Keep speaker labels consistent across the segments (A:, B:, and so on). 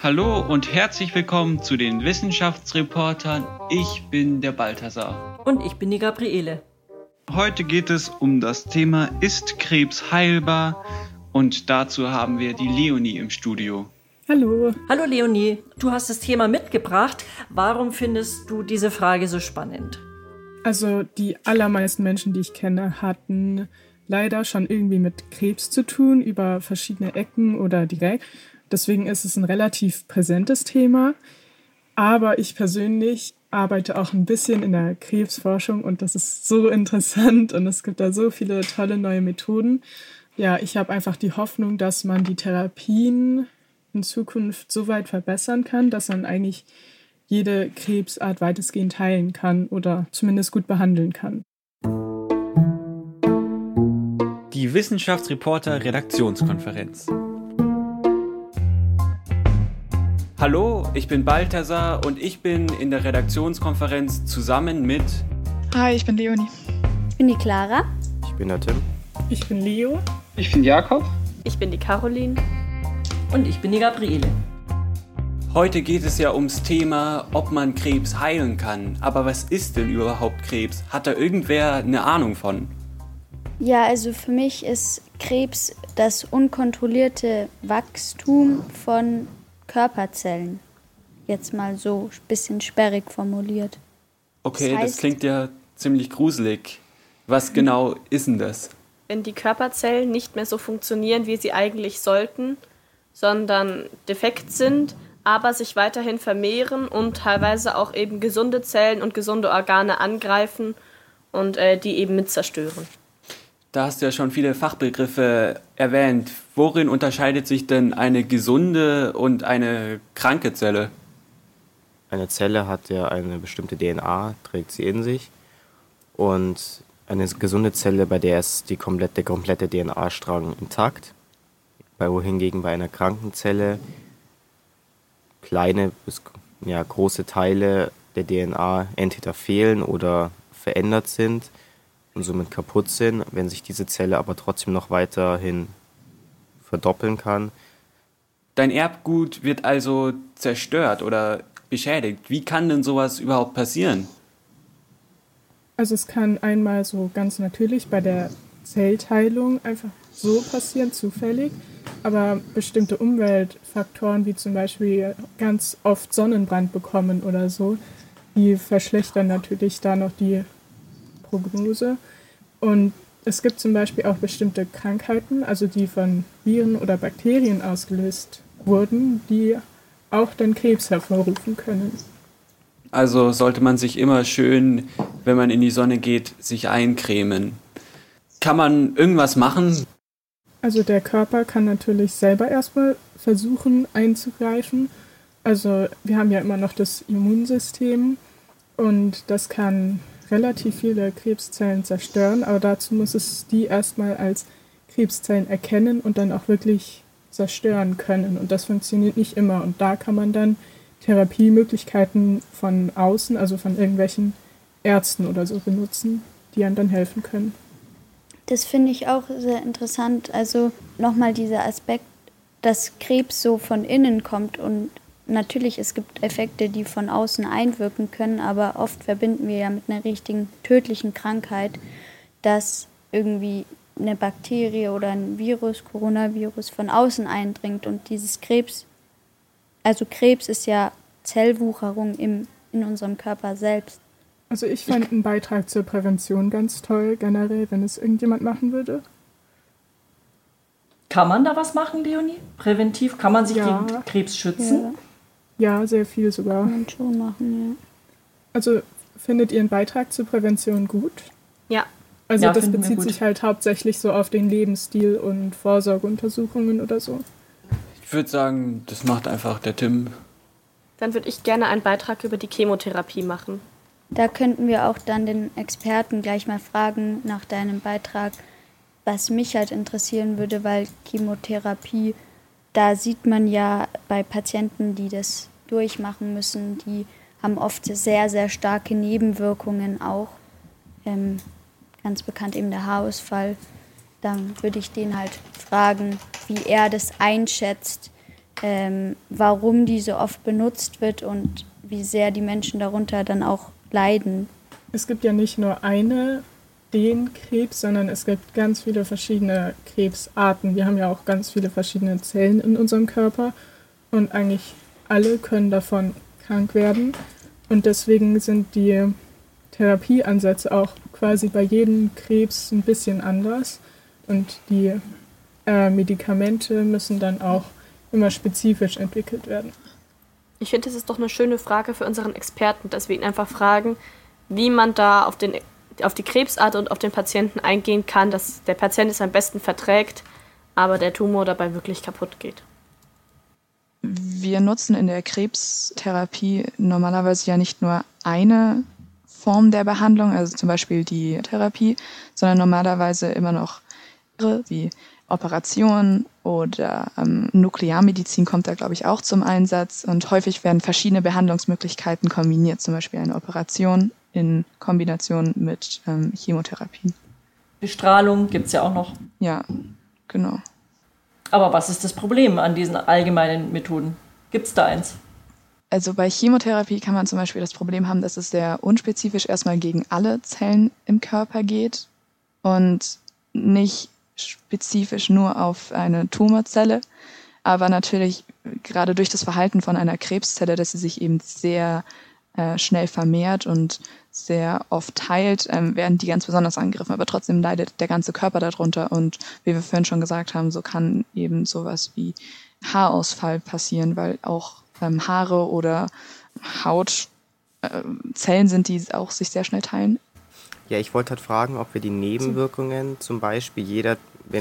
A: Hallo und herzlich willkommen zu den Wissenschaftsreportern. Ich bin der Balthasar.
B: Und ich bin die Gabriele.
A: Heute geht es um das Thema: Ist Krebs heilbar? Und dazu haben wir die Leonie im Studio.
C: Hallo.
B: Hallo Leonie, du hast das Thema mitgebracht. Warum findest du diese Frage so spannend?
C: Also die allermeisten Menschen, die ich kenne, hatten leider schon irgendwie mit Krebs zu tun, über verschiedene Ecken oder direkt. Deswegen ist es ein relativ präsentes Thema. Aber ich persönlich arbeite auch ein bisschen in der Krebsforschung und das ist so interessant und es gibt da so viele tolle neue Methoden. Ja, ich habe einfach die Hoffnung, dass man die Therapien in Zukunft so weit verbessern kann, dass man eigentlich jede Krebsart weitestgehend heilen kann oder zumindest gut behandeln kann.
A: Die Wissenschaftsreporter Redaktionskonferenz. Hallo, ich bin Balthasar und ich bin in der Redaktionskonferenz zusammen mit...
D: Hi, ich bin Leonie.
E: Ich bin die Clara.
F: Ich bin der Tim.
C: Ich bin Leo.
G: Ich bin Jakob.
H: Ich bin die Caroline.
B: Und ich bin die Gabriele.
A: Heute geht es ja ums Thema, ob man Krebs heilen kann. Aber was ist denn überhaupt Krebs? Hat da irgendwer eine Ahnung von?
E: Ja, also für mich ist Krebs das unkontrollierte Wachstum von Körperzellen. Jetzt mal so ein bisschen sperrig formuliert.
A: Okay, das klingt ja ziemlich gruselig. Was genau ist denn das?
H: Wenn die Körperzellen nicht mehr so funktionieren, wie sie eigentlich sollten, sondern defekt sind, aber sich weiterhin vermehren und teilweise auch eben gesunde Zellen und gesunde Organe angreifen und die eben mit zerstören.
A: Da hast du ja schon viele Fachbegriffe erwähnt. Worin unterscheidet sich denn eine gesunde und eine kranke Zelle?
F: Eine Zelle hat ja eine bestimmte DNA, trägt sie in sich. Und eine gesunde Zelle, bei der ist der komplette DNA-Strang intakt. Wohingegen bei einer kranken Zelle kleine bis große Teile der DNA entweder fehlen oder verändert sind und somit kaputt sind. Wenn sich diese Zelle aber trotzdem noch weiterhin verdoppeln kann.
A: Dein Erbgut wird also zerstört oder beschädigt. Wie kann denn sowas überhaupt passieren?
C: Also es kann einmal so ganz natürlich bei der Zellteilung einfach so passieren, zufällig. Aber bestimmte Umweltfaktoren, wie zum Beispiel ganz oft Sonnenbrand bekommen oder so, die verschlechtern natürlich da noch die Prognose. Und es gibt zum Beispiel auch bestimmte Krankheiten, also die von Viren oder Bakterien ausgelöst wurden, die auch dann Krebs hervorrufen können.
A: Also sollte man sich immer schön, wenn man in die Sonne geht, sich eincremen. Kann man irgendwas machen?
C: Also der Körper kann natürlich selber erstmal versuchen einzugreifen. Also wir haben ja immer noch das Immunsystem und das kann relativ viele Krebszellen zerstören, aber dazu muss es die erstmal als Krebszellen erkennen und dann auch wirklich zerstören können. Und das funktioniert nicht immer. Und da kann man dann Therapiemöglichkeiten von außen, also von irgendwelchen Ärzten oder so benutzen, die einem dann helfen können.
E: Das finde ich auch sehr interessant. Also nochmal dieser Aspekt, dass Krebs so von innen kommt und natürlich, es gibt Effekte, die von außen einwirken können, aber oft verbinden wir ja mit einer richtigen tödlichen Krankheit, dass irgendwie eine Bakterie oder ein Virus, Coronavirus, von außen eindringt und dieses Krebs, also Krebs ist ja Zellwucherung in unserem Körper selbst.
C: Also ich fand einen Beitrag zur Prävention ganz toll, generell, wenn es irgendjemand machen würde.
B: Kann man da was machen, Leonie? Präventiv? Kann man sich gegen Krebs schützen?
C: Ja, sehr viel sogar.
E: Kann man schon machen, ja.
C: Also findet ihr einen Beitrag zur Prävention gut?
H: Ja.
C: Also
B: ja,
C: das bezieht sich halt hauptsächlich so auf den Lebensstil und Vorsorgeuntersuchungen oder so.
A: Ich würde sagen, das macht einfach der Tim.
H: Dann würde ich gerne einen Beitrag über die Chemotherapie machen.
E: Da könnten wir auch dann den Experten gleich mal fragen nach deinem Beitrag, was mich halt interessieren würde, weil Chemotherapie, da sieht man ja bei Patienten, die das durchmachen müssen, die haben oft sehr, sehr starke Nebenwirkungen auch. Ganz bekannt eben der Haarausfall. Dann würde ich den halt fragen, wie er das einschätzt, warum die so oft benutzt wird und wie sehr die Menschen darunter dann auch leiden.
C: Es gibt ja nicht nur den Krebs, sondern es gibt ganz viele verschiedene Krebsarten. Wir haben ja auch ganz viele verschiedene Zellen in unserem Körper und eigentlich alle können davon krank werden. Und deswegen sind die Therapieansätze auch quasi bei jedem Krebs ein bisschen anders. Und die Medikamente müssen dann auch immer spezifisch entwickelt werden.
H: Ich finde, das ist doch eine schöne Frage für unseren Experten, dass wir ihn einfach fragen, wie man da auf die Krebsart und auf den Patienten eingehen kann, dass der Patient es am besten verträgt, aber der Tumor dabei wirklich kaputt geht.
D: Wir nutzen in der Krebstherapie normalerweise ja nicht nur eine Form der Behandlung, also zum Beispiel die Therapie, sondern normalerweise immer noch wie Operationen oder Nuklearmedizin kommt da, glaube ich, auch zum Einsatz. Und häufig werden verschiedene Behandlungsmöglichkeiten kombiniert, zum Beispiel eine Operation in Kombination mit Chemotherapie.
B: Bestrahlung gibt es ja auch noch.
D: Ja, genau.
B: Aber was ist das Problem an diesen allgemeinen Methoden? Gibt es da eins?
D: Also bei Chemotherapie kann man zum Beispiel das Problem haben, dass es sehr unspezifisch erstmal gegen alle Zellen im Körper geht und nicht spezifisch nur auf eine Tumorzelle. Aber natürlich gerade durch das Verhalten von einer Krebszelle, dass sie sich eben sehr schnell vermehrt und sehr oft teilt, werden die ganz besonders angegriffen. Aber trotzdem leidet der ganze Körper darunter. Und wie wir vorhin schon gesagt haben, so kann eben sowas wie Haarausfall passieren, weil auch Haare oder Hautzellen sind, die auch sich sehr schnell teilen.
F: Ja, ich wollte halt fragen, ob wir die Nebenwirkungen zum Beispiel,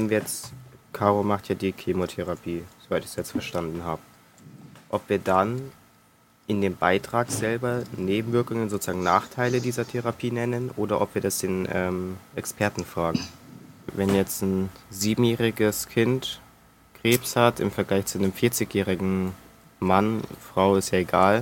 F: Caro macht ja die Chemotherapie, soweit ich es jetzt verstanden habe, ob wir dann in dem Beitrag selber Nebenwirkungen, sozusagen Nachteile dieser Therapie nennen oder ob wir das den Experten fragen. Wenn jetzt ein 7-jähriges Kind Krebs hat im Vergleich zu einem 40-jährigen Mann, Frau ist ja egal,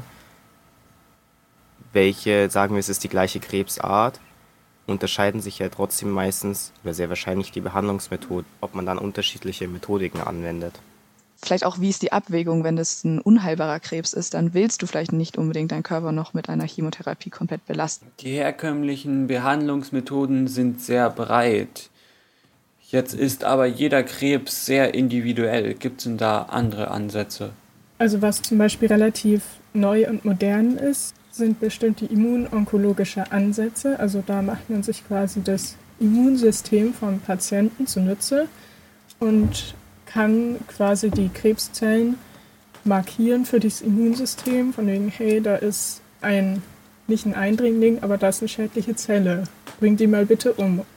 F: sagen wir, es ist die gleiche Krebsart, unterscheiden sich ja trotzdem meistens oder sehr wahrscheinlich die Behandlungsmethoden, ob man dann unterschiedliche Methodiken anwendet.
D: Vielleicht auch, wie ist die Abwägung, wenn das ein unheilbarer Krebs ist, dann willst du vielleicht nicht unbedingt deinen Körper noch mit einer Chemotherapie komplett belasten.
A: Die herkömmlichen Behandlungsmethoden sind sehr breit. Jetzt ist aber jeder Krebs sehr individuell. Gibt es denn da andere Ansätze?
C: Also was zum Beispiel relativ neu und modern ist, sind bestimmte immunonkologische Ansätze. Also da macht man sich quasi das Immunsystem vom Patienten zunutze und kann quasi die Krebszellen markieren für das Immunsystem, von wegen, hey, da ist nicht ein Eindringling, aber da ist eine schädliche Zelle. Bring die mal bitte um.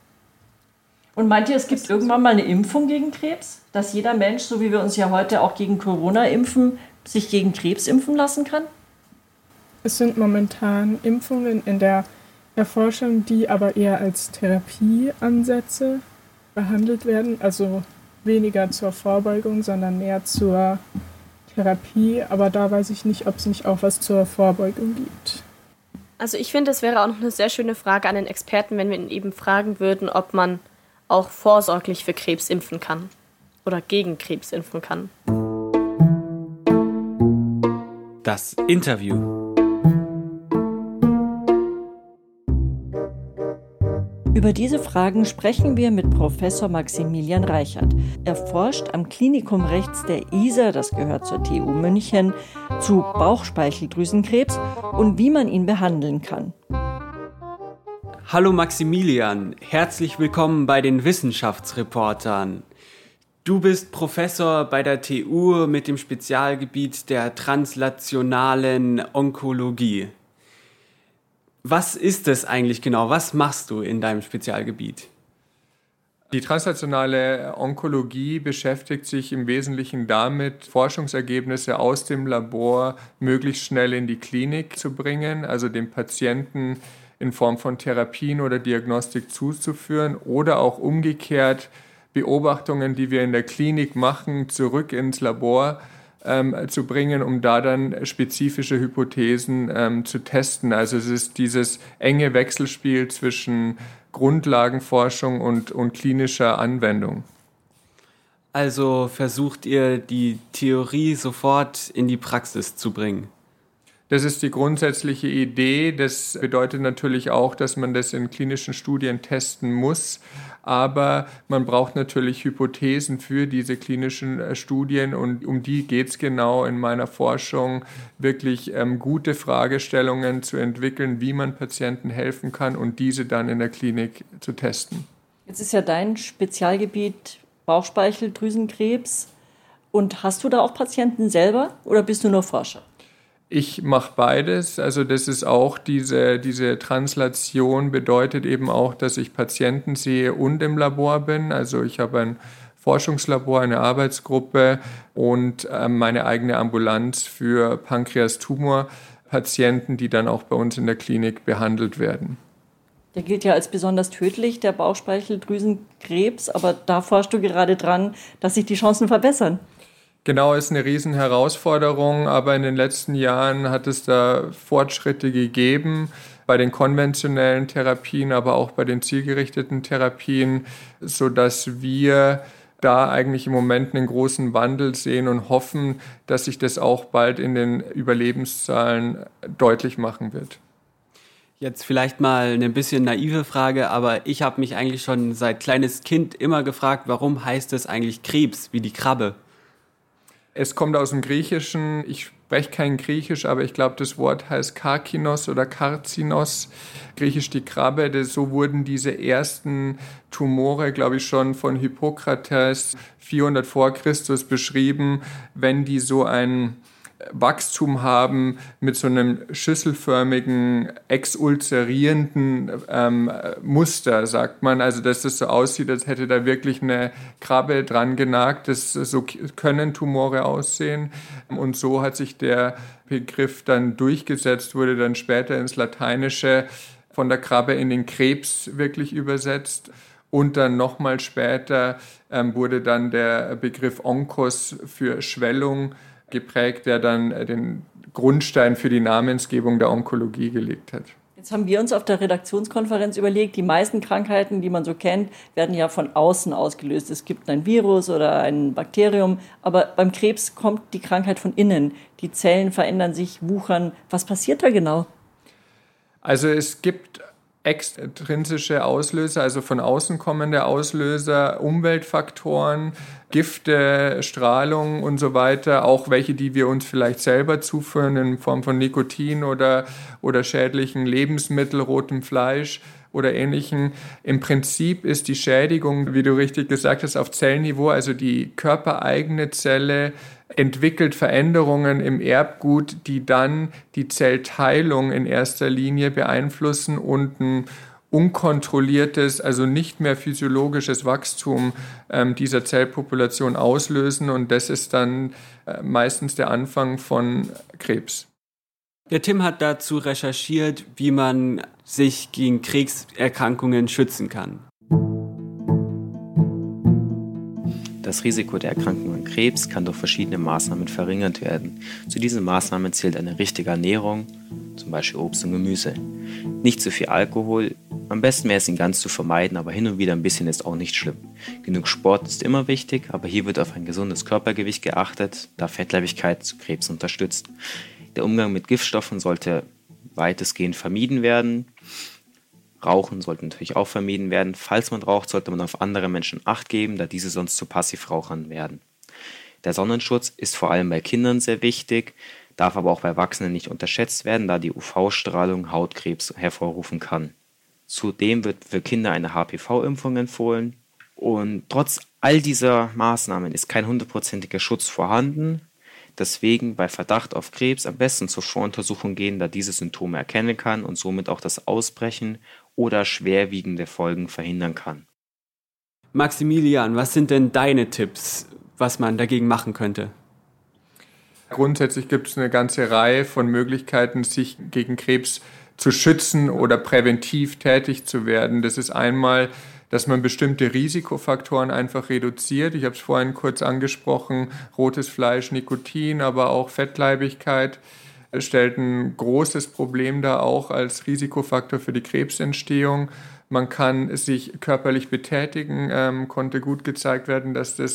B: Und meint ihr, es gibt irgendwann mal eine Impfung gegen Krebs? Dass jeder Mensch, so wie wir uns ja heute auch gegen Corona impfen, sich gegen Krebs impfen lassen kann?
C: Es sind momentan Impfungen in der Erforschung, die aber eher als Therapieansätze behandelt werden. Also weniger zur Vorbeugung, sondern mehr zur Therapie. Aber da weiß ich nicht, ob es nicht auch was zur Vorbeugung gibt.
H: Also ich finde, es wäre auch noch eine sehr schöne Frage an den Experten, wenn wir ihn eben fragen würden, ob man auch vorsorglich für Krebs impfen kann oder gegen Krebs impfen kann.
A: Das Interview.
B: Über diese Fragen sprechen wir mit Professor Maximilian Reichert. Er forscht am Klinikum rechts der ISA, das gehört zur TU München, zu Bauchspeicheldrüsenkrebs und wie man ihn behandeln kann.
A: Hallo Maximilian, herzlich willkommen bei den Wissenschaftsreportern. Du bist Professor bei der TU mit dem Spezialgebiet der translationalen Onkologie. Was ist es eigentlich genau? Was machst du in deinem Spezialgebiet?
G: Die translationale Onkologie beschäftigt sich im Wesentlichen damit, Forschungsergebnisse aus dem Labor möglichst schnell in die Klinik zu bringen, also dem Patienten in Form von Therapien oder Diagnostik zuzuführen oder auch umgekehrt Beobachtungen, die wir in der Klinik machen, zurück ins Labor zu bringen, um da dann spezifische Hypothesen zu testen. Also es ist dieses enge Wechselspiel zwischen Grundlagenforschung und klinischer Anwendung.
A: Also versucht ihr, die Theorie sofort in die Praxis zu bringen?
G: Das ist die grundsätzliche Idee. Das bedeutet natürlich auch, dass man das in klinischen Studien testen muss. Aber man braucht natürlich Hypothesen für diese klinischen Studien und um die geht es genau in meiner Forschung, wirklich gute Fragestellungen zu entwickeln, wie man Patienten helfen kann und diese dann in der Klinik zu testen.
B: Jetzt ist ja dein Spezialgebiet Bauchspeicheldrüsenkrebs. Und hast du da auch Patienten selber oder bist du nur Forscher?
G: Ich mache beides. Also das ist auch diese Translation bedeutet eben auch, dass ich Patienten sehe und im Labor bin. Also ich habe ein Forschungslabor, eine Arbeitsgruppe und meine eigene Ambulanz für Pankreastumorpatienten, die dann auch bei uns in der Klinik behandelt werden.
B: Der gilt ja als besonders tödlich, der Bauchspeicheldrüsenkrebs, aber da forschst du gerade dran, dass sich die Chancen verbessern.
G: Genau, ist eine Riesenherausforderung, aber in den letzten Jahren hat es da Fortschritte gegeben bei den konventionellen Therapien, aber auch bei den zielgerichteten Therapien, sodass wir da eigentlich im Moment einen großen Wandel sehen und hoffen, dass sich das auch bald in den Überlebenszahlen deutlich machen wird.
A: Jetzt vielleicht mal eine bisschen naive Frage, aber ich habe mich eigentlich schon seit kleines Kind immer gefragt, warum heißt es eigentlich Krebs, wie die Krabbe?
G: Es kommt aus dem Griechischen, ich spreche kein Griechisch, aber ich glaube, das Wort heißt Karkinos oder Karzinos, griechisch die Krabbe. So wurden diese ersten Tumore, glaube ich, schon von Hippokrates 400 vor Christus beschrieben, wenn die so ein Wachstum haben mit so einem schüsselförmigen, exulzerierenden Muster, sagt man. Also, dass das so aussieht, als hätte da wirklich eine Krabbe dran genagt. So können Tumore aussehen. Und so hat sich der Begriff dann durchgesetzt, wurde dann später ins Lateinische von der Krabbe in den Krebs wirklich übersetzt. Und dann nochmal später wurde dann der Begriff Onkos für Schwellung geprägt, der dann den Grundstein für die Namensgebung der Onkologie gelegt hat.
B: Jetzt haben wir uns auf der Redaktionskonferenz überlegt, die meisten Krankheiten, die man so kennt, werden ja von außen ausgelöst. Es gibt ein Virus oder ein Bakterium, aber beim Krebs kommt die Krankheit von innen. Die Zellen verändern sich, wuchern. Was passiert da genau?
G: Also es gibt extrinsische Auslöser, also von außen kommende Auslöser, Umweltfaktoren, Gifte, Strahlung und so weiter, auch welche, die wir uns vielleicht selber zuführen in Form von Nikotin oder schädlichen Lebensmitteln, rotem Fleisch oder Ähnlichem. Im Prinzip ist die Schädigung, wie du richtig gesagt hast, auf Zellniveau, also die körpereigene Zelle entwickelt Veränderungen im Erbgut, die dann die Zellteilung in erster Linie beeinflussen und ein unkontrolliertes, also nicht mehr physiologisches Wachstum dieser Zellpopulation auslösen. Und das ist dann meistens der Anfang von Krebs.
A: Der Tim hat dazu recherchiert, wie man sich gegen Krebserkrankungen schützen kann.
F: Das Risiko der Erkrankung an Krebs kann durch verschiedene Maßnahmen verringert werden. Zu diesen Maßnahmen zählt eine richtige Ernährung, zum Beispiel Obst und Gemüse. Nicht zu viel Alkohol, am besten wäre es ihn ganz zu vermeiden, aber hin und wieder ein bisschen ist auch nicht schlimm. Genug Sport ist immer wichtig, aber hier wird auf ein gesundes Körpergewicht geachtet, da Fettleibigkeit zu Krebs unterstützt. Der Umgang mit Giftstoffen sollte weitestgehend vermieden werden. Rauchen sollte natürlich auch vermieden werden. Falls man raucht, sollte man auf andere Menschen Acht geben, da diese sonst zu Passivrauchern werden. Der Sonnenschutz ist vor allem bei Kindern sehr wichtig, darf aber auch bei Erwachsenen nicht unterschätzt werden, da die UV-Strahlung Hautkrebs hervorrufen kann. Zudem wird für Kinder eine HPV-Impfung empfohlen. Und trotz all dieser Maßnahmen ist kein 100%iger Schutz vorhanden. Deswegen bei Verdacht auf Krebs am besten zur Voruntersuchung gehen, da diese Symptome erkennen kann und somit auch das Ausbrechen oder schwerwiegende Folgen verhindern kann.
A: Maximilian, was sind denn deine Tipps, was man dagegen machen könnte?
G: Grundsätzlich gibt es eine ganze Reihe von Möglichkeiten, sich gegen Krebs zu schützen oder präventiv tätig zu werden. Das ist einmal, dass man bestimmte Risikofaktoren einfach reduziert. Ich habe es vorhin kurz angesprochen, rotes Fleisch, Nikotin, aber auch Fettleibigkeit stellt ein großes Problem dar, auch als Risikofaktor für die Krebsentstehung. Man kann sich körperlich betätigen, konnte gut gezeigt werden, dass das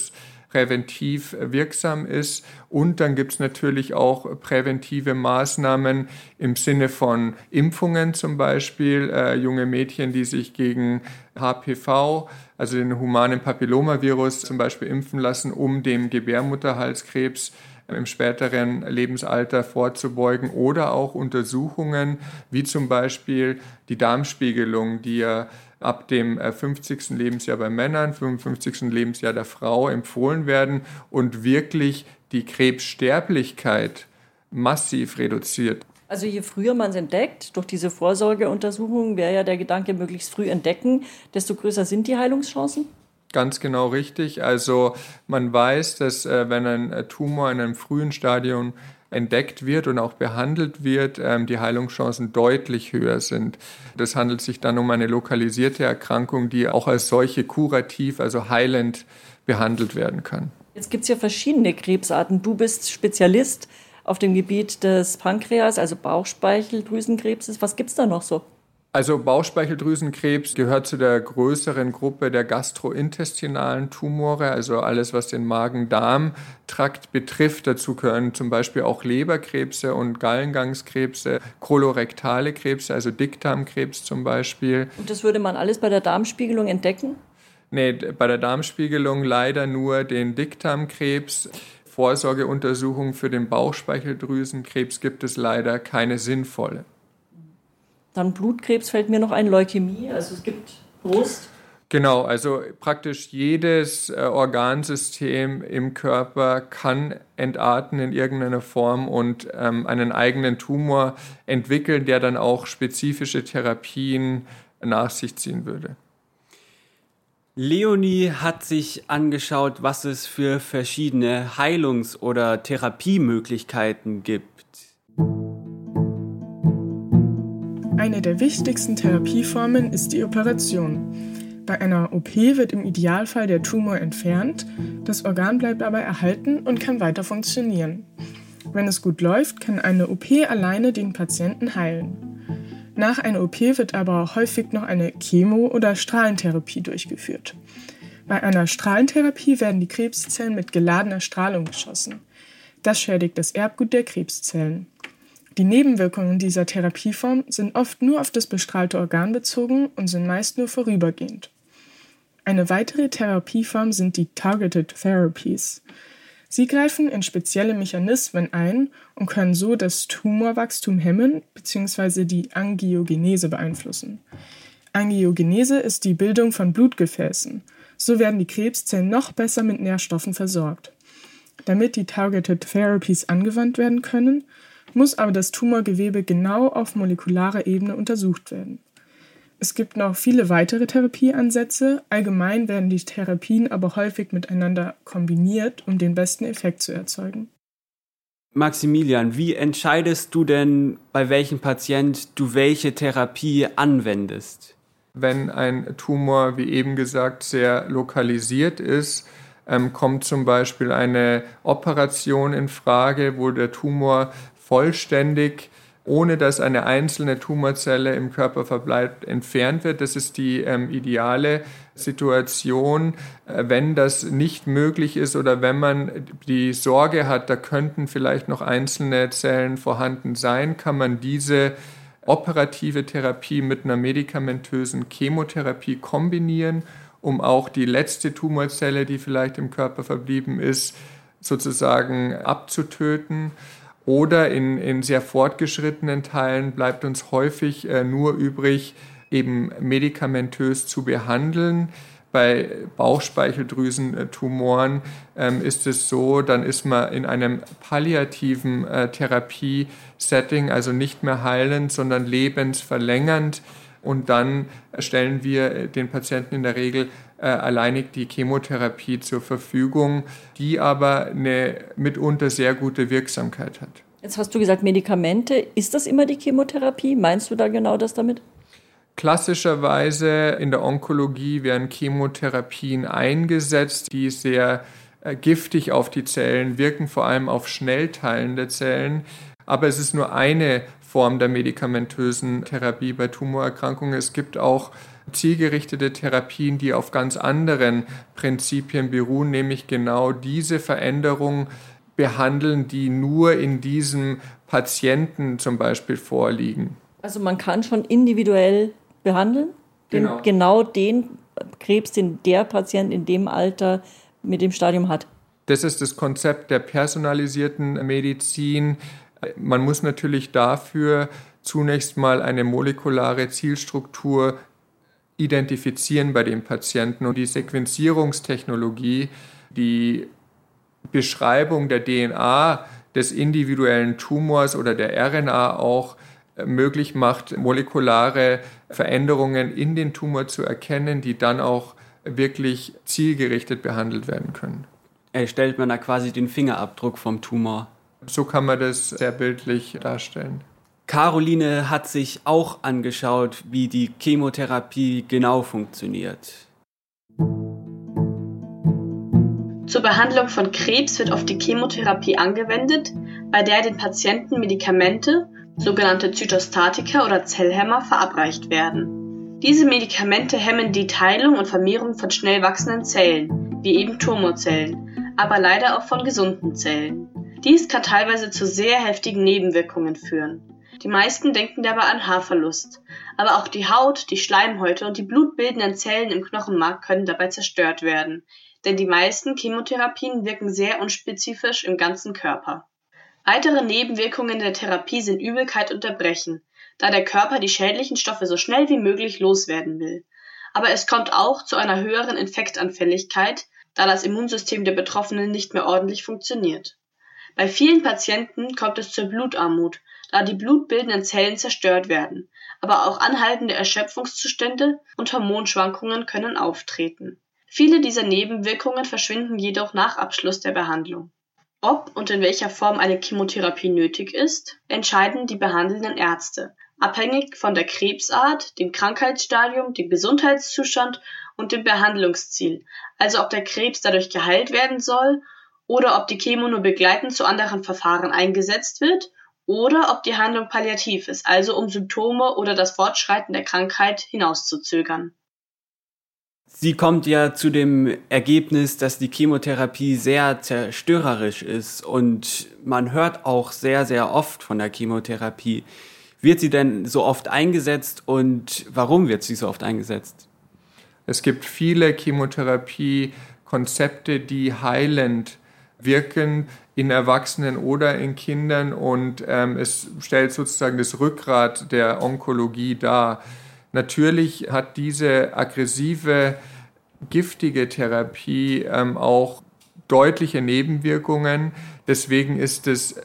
G: präventiv wirksam ist. Und dann gibt es natürlich auch präventive Maßnahmen im Sinne von Impfungen zum Beispiel. Junge Mädchen, die sich gegen HPV, also den humanen Papillomavirus zum Beispiel impfen lassen, um dem Gebärmutterhalskrebs im späteren Lebensalter vorzubeugen, oder auch Untersuchungen wie zum Beispiel die Darmspiegelung, die ja ab dem 50. Lebensjahr bei Männern, 55. Lebensjahr der Frau empfohlen werden und wirklich die Krebssterblichkeit massiv reduziert.
B: Also je früher man es entdeckt, durch diese Vorsorgeuntersuchungen wäre ja der Gedanke, möglichst früh entdecken, desto größer sind die Heilungschancen?
G: Ganz genau richtig. Also man weiß, dass wenn ein Tumor in einem frühen Stadium entdeckt wird und auch behandelt wird, die Heilungschancen deutlich höher sind. Das handelt sich dann um eine lokalisierte Erkrankung, die auch als solche kurativ, also heilend behandelt werden kann.
B: Jetzt gibt es ja verschiedene Krebsarten. Du bist Spezialist auf dem Gebiet des Pankreas, also Bauchspeicheldrüsenkrebses. Was gibt es da noch so?
G: Also Bauchspeicheldrüsenkrebs gehört zu der größeren Gruppe der gastrointestinalen Tumore, also alles, was den Magen-Darm-Trakt betrifft. Dazu gehören zum Beispiel auch Leberkrebse und Gallengangskrebse, kolorektale Krebse, also Dickdarmkrebs zum Beispiel.
B: Und das würde man alles bei der Darmspiegelung entdecken?
G: Nee, bei der Darmspiegelung leider nur den Dickdarmkrebs. Vorsorgeuntersuchungen für den Bauchspeicheldrüsenkrebs gibt es leider keine sinnvolle.
B: Dann Blutkrebs fällt mir noch ein, Leukämie, also es gibt Brust.
G: Genau, also praktisch jedes Organsystem im Körper kann entarten in irgendeiner Form und einen eigenen Tumor entwickeln, der dann auch spezifische Therapien nach sich ziehen würde.
A: Leonie hat sich angeschaut, was es für verschiedene Heilungs- oder Therapiemöglichkeiten gibt.
C: Eine der wichtigsten Therapieformen ist die Operation. Bei einer OP wird im Idealfall der Tumor entfernt, das Organ bleibt aber erhalten und kann weiter funktionieren. Wenn es gut läuft, kann eine OP alleine den Patienten heilen. Nach einer OP wird aber häufig noch eine Chemo- oder Strahlentherapie durchgeführt. Bei einer Strahlentherapie werden die Krebszellen mit geladener Strahlung beschossen. Das schädigt das Erbgut der Krebszellen. Die Nebenwirkungen dieser Therapieform sind oft nur auf das bestrahlte Organ bezogen und sind meist nur vorübergehend. Eine weitere Therapieform sind die Targeted Therapies. Sie greifen in spezielle Mechanismen ein und können so das Tumorwachstum hemmen bzw. die Angiogenese beeinflussen. Angiogenese ist die Bildung von Blutgefäßen. So werden die Krebszellen noch besser mit Nährstoffen versorgt. Damit die Targeted Therapies angewandt werden können, muss aber das Tumorgewebe genau auf molekularer Ebene untersucht werden. Es gibt noch viele weitere Therapieansätze. Allgemein werden die Therapien aber häufig miteinander kombiniert, um den besten Effekt zu erzeugen.
A: Maximilian, wie entscheidest du denn, bei welchem Patient du welche Therapie anwendest?
G: Wenn ein Tumor, wie eben gesagt, sehr lokalisiert ist, kommt zum Beispiel eine Operation in Frage, wo der Tumor vollständig, ohne dass eine einzelne Tumorzelle im Körper verbleibt, entfernt wird. Das ist die ideale Situation. Wenn das nicht möglich ist oder wenn man die Sorge hat, da könnten vielleicht noch einzelne Zellen vorhanden sein, kann man diese operative Therapie mit einer medikamentösen Chemotherapie kombinieren, um auch die letzte Tumorzelle, die vielleicht im Körper verblieben ist, sozusagen abzutöten. Oder in sehr fortgeschrittenen Teilen bleibt uns häufig nur übrig, eben medikamentös zu behandeln. Bei Bauchspeicheldrüsentumoren ist es so, dann ist man in einem palliativen Therapiesetting, also nicht mehr heilend, sondern lebensverlängernd. Und dann stellen wir den Patienten in der Regel alleinig die Chemotherapie zur Verfügung, die aber eine mitunter sehr gute Wirksamkeit hat.
B: Jetzt hast du gesagt Medikamente. Ist das immer die Chemotherapie? Meinst du da genau das damit?
G: Klassischerweise in der Onkologie werden Chemotherapien eingesetzt, die sehr giftig auf die Zellen wirken, vor allem auf schnell teilende Zellen. Aber es ist nur eine Form der medikamentösen Therapie bei Tumorerkrankungen. Es gibt auch zielgerichtete Therapien, die auf ganz anderen Prinzipien beruhen, nämlich genau diese Veränderungen behandeln, die nur in diesem Patienten zum Beispiel vorliegen.
B: Also man kann schon individuell behandeln, genau den Krebs, den der Patient in dem Alter mit dem Stadium hat.
G: Das ist das Konzept der personalisierten Medizin. Man muss natürlich dafür zunächst mal eine molekulare Zielstruktur identifizieren bei dem Patienten. Und die Sequenzierungstechnologie, die Beschreibung der DNA des individuellen Tumors oder der RNA auch möglich macht, molekulare Veränderungen in den Tumor zu erkennen, die dann auch wirklich zielgerichtet behandelt werden können.
A: Erstellt man da quasi den Fingerabdruck vom Tumor.
G: So kann man das sehr bildlich darstellen.
A: Caroline hat sich auch angeschaut, wie die Chemotherapie genau funktioniert.
H: Zur Behandlung von Krebs wird oft die Chemotherapie angewendet, bei der den Patienten Medikamente, sogenannte Zytostatika oder Zellhemmer, verabreicht werden. Diese Medikamente hemmen die Teilung und Vermehrung von schnell wachsenden Zellen, wie eben Tumorzellen, aber leider auch von gesunden Zellen. Dies kann teilweise zu sehr heftigen Nebenwirkungen führen. Die meisten denken dabei an Haarverlust, aber auch die Haut, die Schleimhäute und die blutbildenden Zellen im Knochenmark können dabei zerstört werden, denn die meisten Chemotherapien wirken sehr unspezifisch im ganzen Körper. Weitere Nebenwirkungen der Therapie sind Übelkeit und Erbrechen, da der Körper die schädlichen Stoffe so schnell wie möglich loswerden will. Aber es kommt auch zu einer höheren Infektanfälligkeit, da das Immunsystem der Betroffenen nicht mehr ordentlich funktioniert. Bei vielen Patienten kommt es zur Blutarmut, da die blutbildenden Zellen zerstört werden, aber auch anhaltende Erschöpfungszustände und Hormonschwankungen können auftreten. Viele dieser Nebenwirkungen verschwinden jedoch nach Abschluss der Behandlung. Ob und in welcher Form eine Chemotherapie nötig ist, entscheiden die behandelnden Ärzte, abhängig von der Krebsart, dem Krankheitsstadium, dem Gesundheitszustand und dem Behandlungsziel, also ob der Krebs dadurch geheilt werden soll oder ob die Chemo nur begleitend zu anderen Verfahren eingesetzt wird oder ob die Handlung palliativ ist, also um Symptome oder das Fortschreiten der Krankheit hinauszuzögern.
A: Sie kommt ja zu dem Ergebnis, dass die Chemotherapie sehr zerstörerisch ist und man hört auch sehr, sehr oft von der Chemotherapie. Wird sie denn so oft eingesetzt und warum wird sie so oft eingesetzt?
G: Es gibt viele Chemotherapie-Konzepte, die heilend wirken in Erwachsenen oder in Kindern und es stellt sozusagen das Rückgrat der Onkologie dar. Natürlich hat diese aggressive, giftige Therapie auch deutliche Nebenwirkungen. Deswegen ist das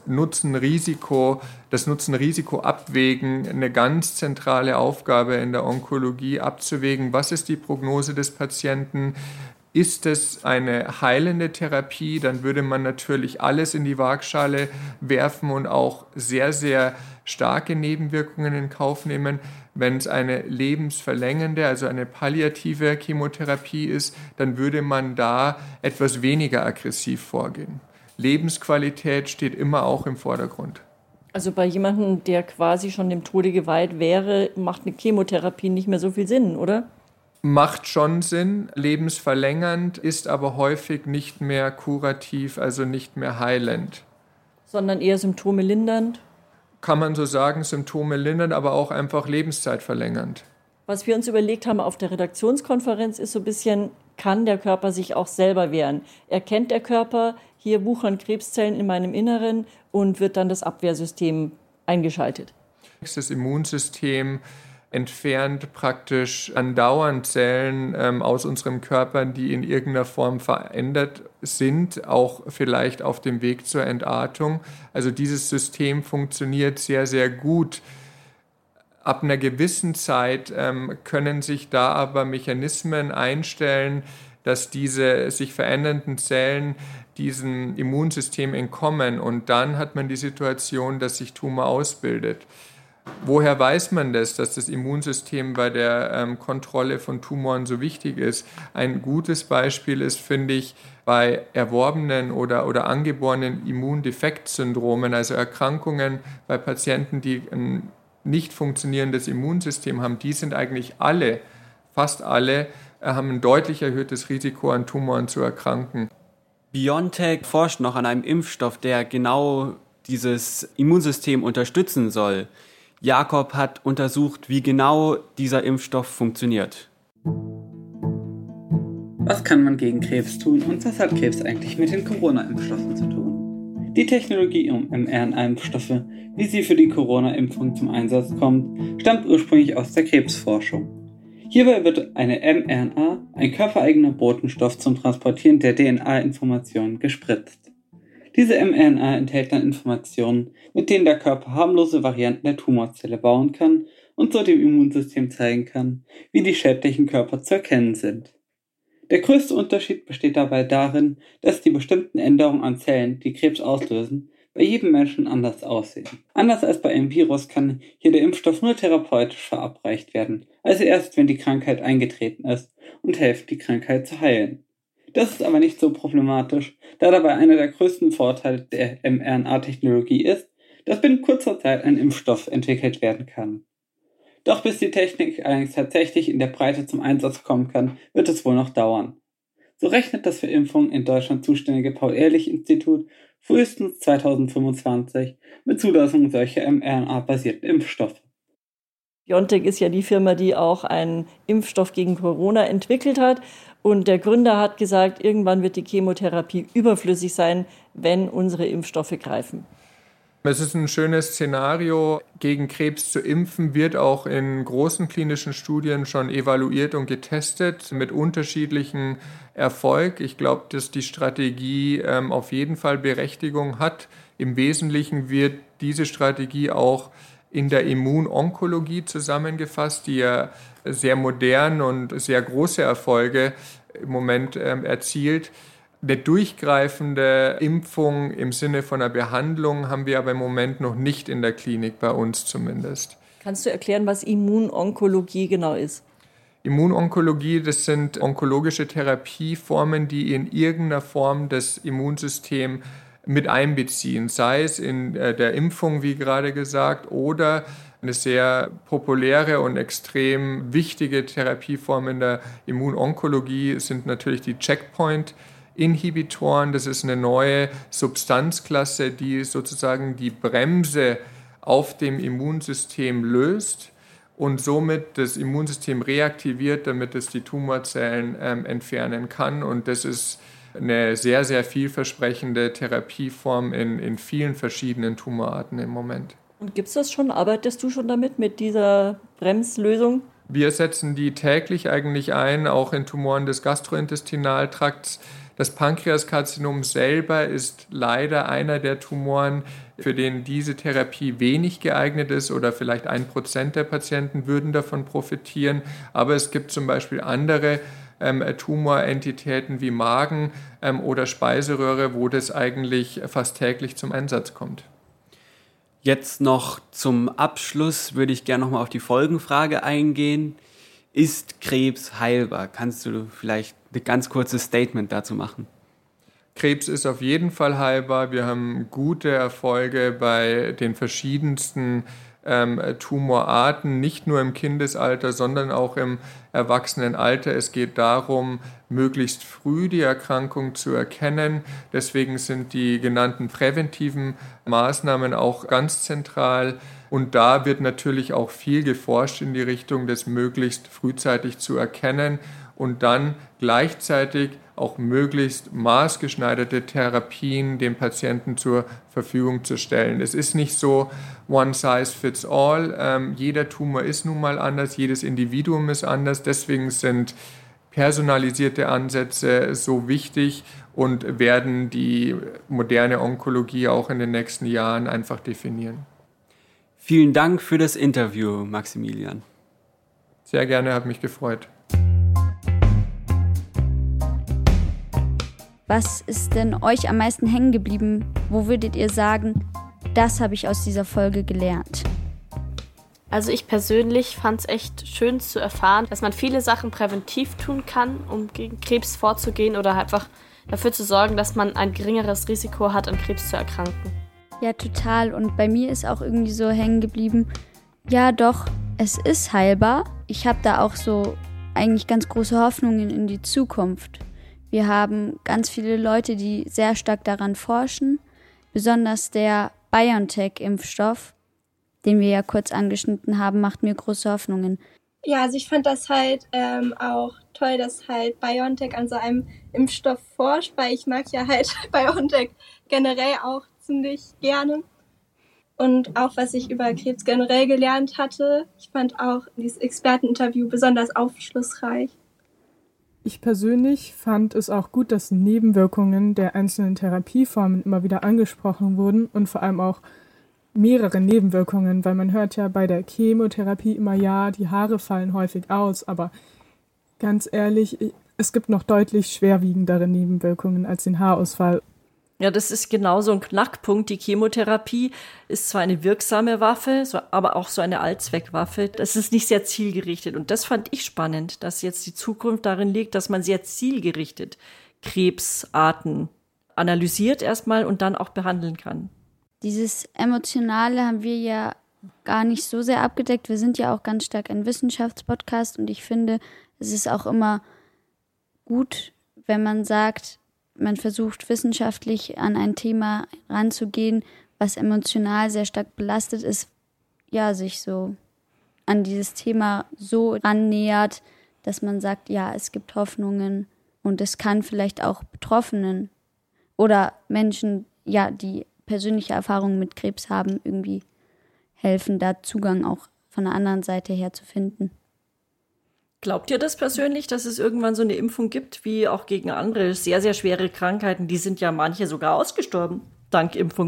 G: Nutzen-Risiko-Abwägen eine ganz zentrale Aufgabe in der Onkologie, abzuwägen, was ist die Prognose des Patienten. Ist es eine heilende Therapie, dann würde man natürlich alles in die Waagschale werfen und auch sehr, sehr starke Nebenwirkungen in Kauf nehmen. Wenn es eine lebensverlängernde, also eine palliative Chemotherapie ist, dann würde man da etwas weniger aggressiv vorgehen. Lebensqualität steht immer auch im Vordergrund.
B: Also bei jemandem, der quasi schon dem Tode geweiht wäre, macht eine Chemotherapie nicht mehr so viel Sinn, oder?
G: Macht schon Sinn, lebensverlängernd, ist aber häufig nicht mehr kurativ, also nicht mehr heilend.
B: Sondern eher Symptome lindernd?
G: Kann man so sagen, Symptome lindernd, aber auch einfach Lebenszeit verlängernd.
B: Was wir uns überlegt haben auf der Redaktionskonferenz ist so ein bisschen, kann der Körper sich auch selber wehren? Erkennt der Körper, hier wuchern Krebszellen in meinem Inneren und wird dann das Abwehrsystem eingeschaltet?
G: Das Immunsystem entfernt praktisch andauernd Zellen aus unserem Körper, die in irgendeiner Form verändert sind, auch vielleicht auf dem Weg zur Entartung. Also dieses System funktioniert sehr, sehr gut. Ab einer gewissen Zeit können sich da aber Mechanismen einstellen, dass diese sich verändernden Zellen diesem Immunsystem entkommen und dann hat man die Situation, dass sich Tumor ausbildet. Woher weiß man das, dass das Immunsystem bei der Kontrolle von Tumoren so wichtig ist? Ein gutes Beispiel ist, finde ich, bei erworbenen oder angeborenen Immundefektsyndromen, also Erkrankungen bei Patienten, die ein nicht funktionierendes Immunsystem haben, die sind eigentlich alle fast alle haben ein deutlich erhöhtes Risiko, an Tumoren zu erkranken.
A: BioNTech forscht noch an einem Impfstoff, der genau dieses Immunsystem unterstützen soll. Jakob hat untersucht, wie genau dieser Impfstoff funktioniert.
I: Was kann man gegen Krebs tun und was hat Krebs eigentlich mit den Corona-Impfstoffen zu tun? Die Technologie um mRNA-Impfstoffe, wie sie für die Corona-Impfung zum Einsatz kommt, stammt ursprünglich aus der Krebsforschung. Hierbei wird eine mRNA, ein körpereigener Botenstoff zum Transportieren der DNA-Informationen, gespritzt. Diese mRNA enthält dann Informationen, mit denen der Körper harmlose Varianten der Tumorzelle bauen kann und so dem Immunsystem zeigen kann, wie die schädlichen Körper zu erkennen sind. Der größte Unterschied besteht dabei darin, dass die bestimmten Änderungen an Zellen, die Krebs auslösen, bei jedem Menschen anders aussehen. Anders als bei einem Virus kann hier der Impfstoff nur therapeutisch verabreicht werden, also erst wenn die Krankheit eingetreten ist und hilft, die Krankheit zu heilen. Das ist aber nicht so problematisch, da dabei einer der größten Vorteile der mRNA-Technologie ist, dass binnen kurzer Zeit ein Impfstoff entwickelt werden kann. Doch bis die Technik allerdings tatsächlich in der Breite zum Einsatz kommen kann, wird es wohl noch dauern. So rechnet das für Impfungen in Deutschland zuständige Paul-Ehrlich-Institut frühestens 2025 mit Zulassung solcher mRNA-basierten Impfstoffe.
B: BioNTech ist ja die Firma, die auch einen Impfstoff gegen Corona entwickelt hat. Und der Gründer hat gesagt, irgendwann wird die Chemotherapie überflüssig sein, wenn unsere Impfstoffe greifen.
G: Es ist ein schönes Szenario, gegen Krebs zu impfen, wird auch in großen klinischen Studien schon evaluiert und getestet mit unterschiedlichem Erfolg. Ich glaube, dass die Strategie auf jeden Fall Berechtigung hat. Im Wesentlichen wird diese Strategie auch in der Immunonkologie zusammengefasst, die ja sehr modern und sehr große Erfolge im Moment erzielt. Eine durchgreifende Impfung im Sinne von einer Behandlung haben wir aber im Moment noch nicht in der Klinik, bei uns zumindest.
B: Kannst du erklären, was Immunonkologie genau ist?
G: Immunonkologie, das sind onkologische Therapieformen, die in irgendeiner Form das Immunsystem mit einbeziehen, sei es in der Impfung, wie gerade gesagt, oder eine sehr populäre und extrem wichtige Therapieform in der Immunonkologie sind natürlich die Checkpoint-Inhibitoren. Das ist eine neue Substanzklasse, die sozusagen die Bremse auf dem Immunsystem löst und somit das Immunsystem reaktiviert, damit es die Tumorzellen entfernen kann. Und das ist eine sehr, sehr vielversprechende Therapieform in vielen verschiedenen Tumorarten im Moment.
B: Und gibt es das schon? Arbeitest du schon damit, mit dieser Bremslösung?
G: Wir setzen die täglich eigentlich ein, auch in Tumoren des Gastrointestinaltrakts. Das Pankreaskarzinom selber ist leider einer der Tumoren, für den diese Therapie wenig geeignet ist oder vielleicht 1% der Patienten würden davon profitieren. Aber es gibt zum Beispiel andere Tumorentitäten wie Magen oder Speiseröhre, wo das eigentlich fast täglich zum Einsatz kommt.
A: Jetzt noch zum Abschluss würde ich gerne nochmal auf die Folgenfrage eingehen. Ist Krebs heilbar? Kannst du vielleicht ein ganz kurzes Statement dazu machen?
G: Krebs ist auf jeden Fall heilbar. Wir haben gute Erfolge bei den verschiedensten Tumorarten, nicht nur im Kindesalter, sondern auch im Erwachsenenalter. Es geht darum, möglichst früh die Erkrankung zu erkennen. Deswegen sind die genannten präventiven Maßnahmen auch ganz zentral. Und da wird natürlich auch viel geforscht in die Richtung, das möglichst frühzeitig zu erkennen und dann gleichzeitig auch möglichst maßgeschneiderte Therapien dem Patienten zur Verfügung zu stellen. Es ist nicht so one size fits all. Jeder Tumor ist nun mal anders, jedes Individuum ist anders. Deswegen sind personalisierte Ansätze so wichtig und werden die moderne Onkologie auch in den nächsten Jahren einfach definieren.
A: Vielen Dank für das Interview, Maximilian.
G: Sehr gerne, hat mich gefreut.
E: Was ist denn euch am meisten hängen geblieben? Wo würdet ihr sagen, das habe ich aus dieser Folge gelernt?
H: Also ich persönlich fand es echt schön zu erfahren, dass man viele Sachen präventiv tun kann, um gegen Krebs vorzugehen oder einfach dafür zu sorgen, dass man ein geringeres Risiko hat, an Krebs zu erkranken.
E: Ja, total. Und bei mir ist auch irgendwie so hängen geblieben, ja doch, es ist heilbar. Ich habe da auch so eigentlich ganz große Hoffnungen in die Zukunft. Wir haben ganz viele Leute, die sehr stark daran forschen. Besonders der BioNTech-Impfstoff, den wir ja kurz angeschnitten haben, macht mir große Hoffnungen.
J: Ja, also ich fand das halt auch toll, dass halt BioNTech an so einem Impfstoff forscht, weil ich mag ja halt BioNTech generell auch ziemlich gerne. Und auch, was ich über Krebs generell gelernt hatte, ich fand auch dieses Experteninterview besonders aufschlussreich.
C: Ich persönlich fand es auch gut, dass Nebenwirkungen der einzelnen Therapieformen immer wieder angesprochen wurden und vor allem auch mehrere Nebenwirkungen, weil man hört ja bei der Chemotherapie immer, ja, die Haare fallen häufig aus, aber ganz ehrlich, es gibt noch deutlich schwerwiegendere Nebenwirkungen als den Haarausfall.
B: Ja, das ist genau so ein Knackpunkt. Die Chemotherapie ist zwar eine wirksame Waffe, aber auch so eine Allzweckwaffe. Das ist nicht sehr zielgerichtet. Und das fand ich spannend, dass jetzt die Zukunft darin liegt, dass man sehr zielgerichtet Krebsarten analysiert erstmal und dann auch behandeln kann.
E: Dieses Emotionale haben wir ja gar nicht so sehr abgedeckt. Wir sind ja auch ganz stark ein Wissenschaftspodcast und ich finde, es ist auch immer gut, wenn man sagt, man versucht wissenschaftlich an ein Thema ranzugehen, was emotional sehr stark belastet ist, ja, sich so an dieses Thema so annähert, dass man sagt, ja, es gibt Hoffnungen und es kann vielleicht auch Betroffenen oder Menschen, ja, die persönliche Erfahrungen mit Krebs haben, irgendwie helfen, da Zugang auch von der anderen Seite her zu finden.
B: Glaubt ihr das persönlich, dass es irgendwann so eine Impfung gibt, wie auch gegen andere sehr, sehr schwere Krankheiten? Die sind ja manche sogar ausgestorben, dank Impfung.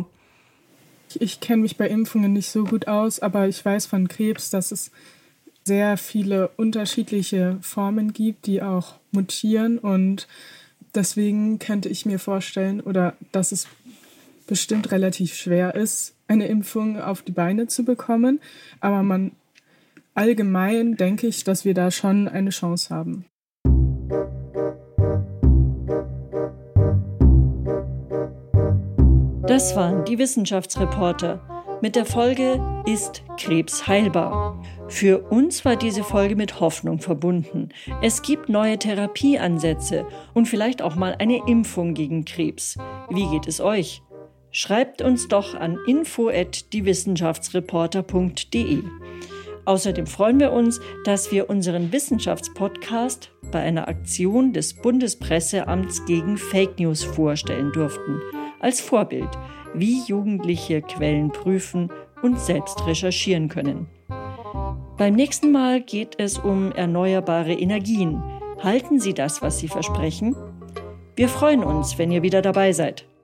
C: Ich kenne mich bei Impfungen nicht so gut aus, aber ich weiß von Krebs, dass es sehr viele unterschiedliche Formen gibt, die auch mutieren. Und deswegen könnte ich mir vorstellen, oder dass es bestimmt relativ schwer ist, eine Impfung auf die Beine zu bekommen. Aber allgemein denke ich, dass wir da schon eine Chance haben.
B: Das waren die Wissenschaftsreporter mit der Folge Ist Krebs heilbar? Für uns war diese Folge mit Hoffnung verbunden. Es gibt neue Therapieansätze und vielleicht auch mal eine Impfung gegen Krebs. Wie geht es euch? Schreibt uns doch an info@diewissenschaftsreporter.de. Außerdem freuen wir uns, dass wir unseren Wissenschaftspodcast bei einer Aktion des Bundespresseamts gegen Fake News vorstellen durften. Als Vorbild, wie Jugendliche Quellen prüfen und selbst recherchieren können. Beim nächsten Mal geht es um erneuerbare Energien. Halten Sie das, was Sie versprechen? Wir freuen uns, wenn ihr wieder dabei seid.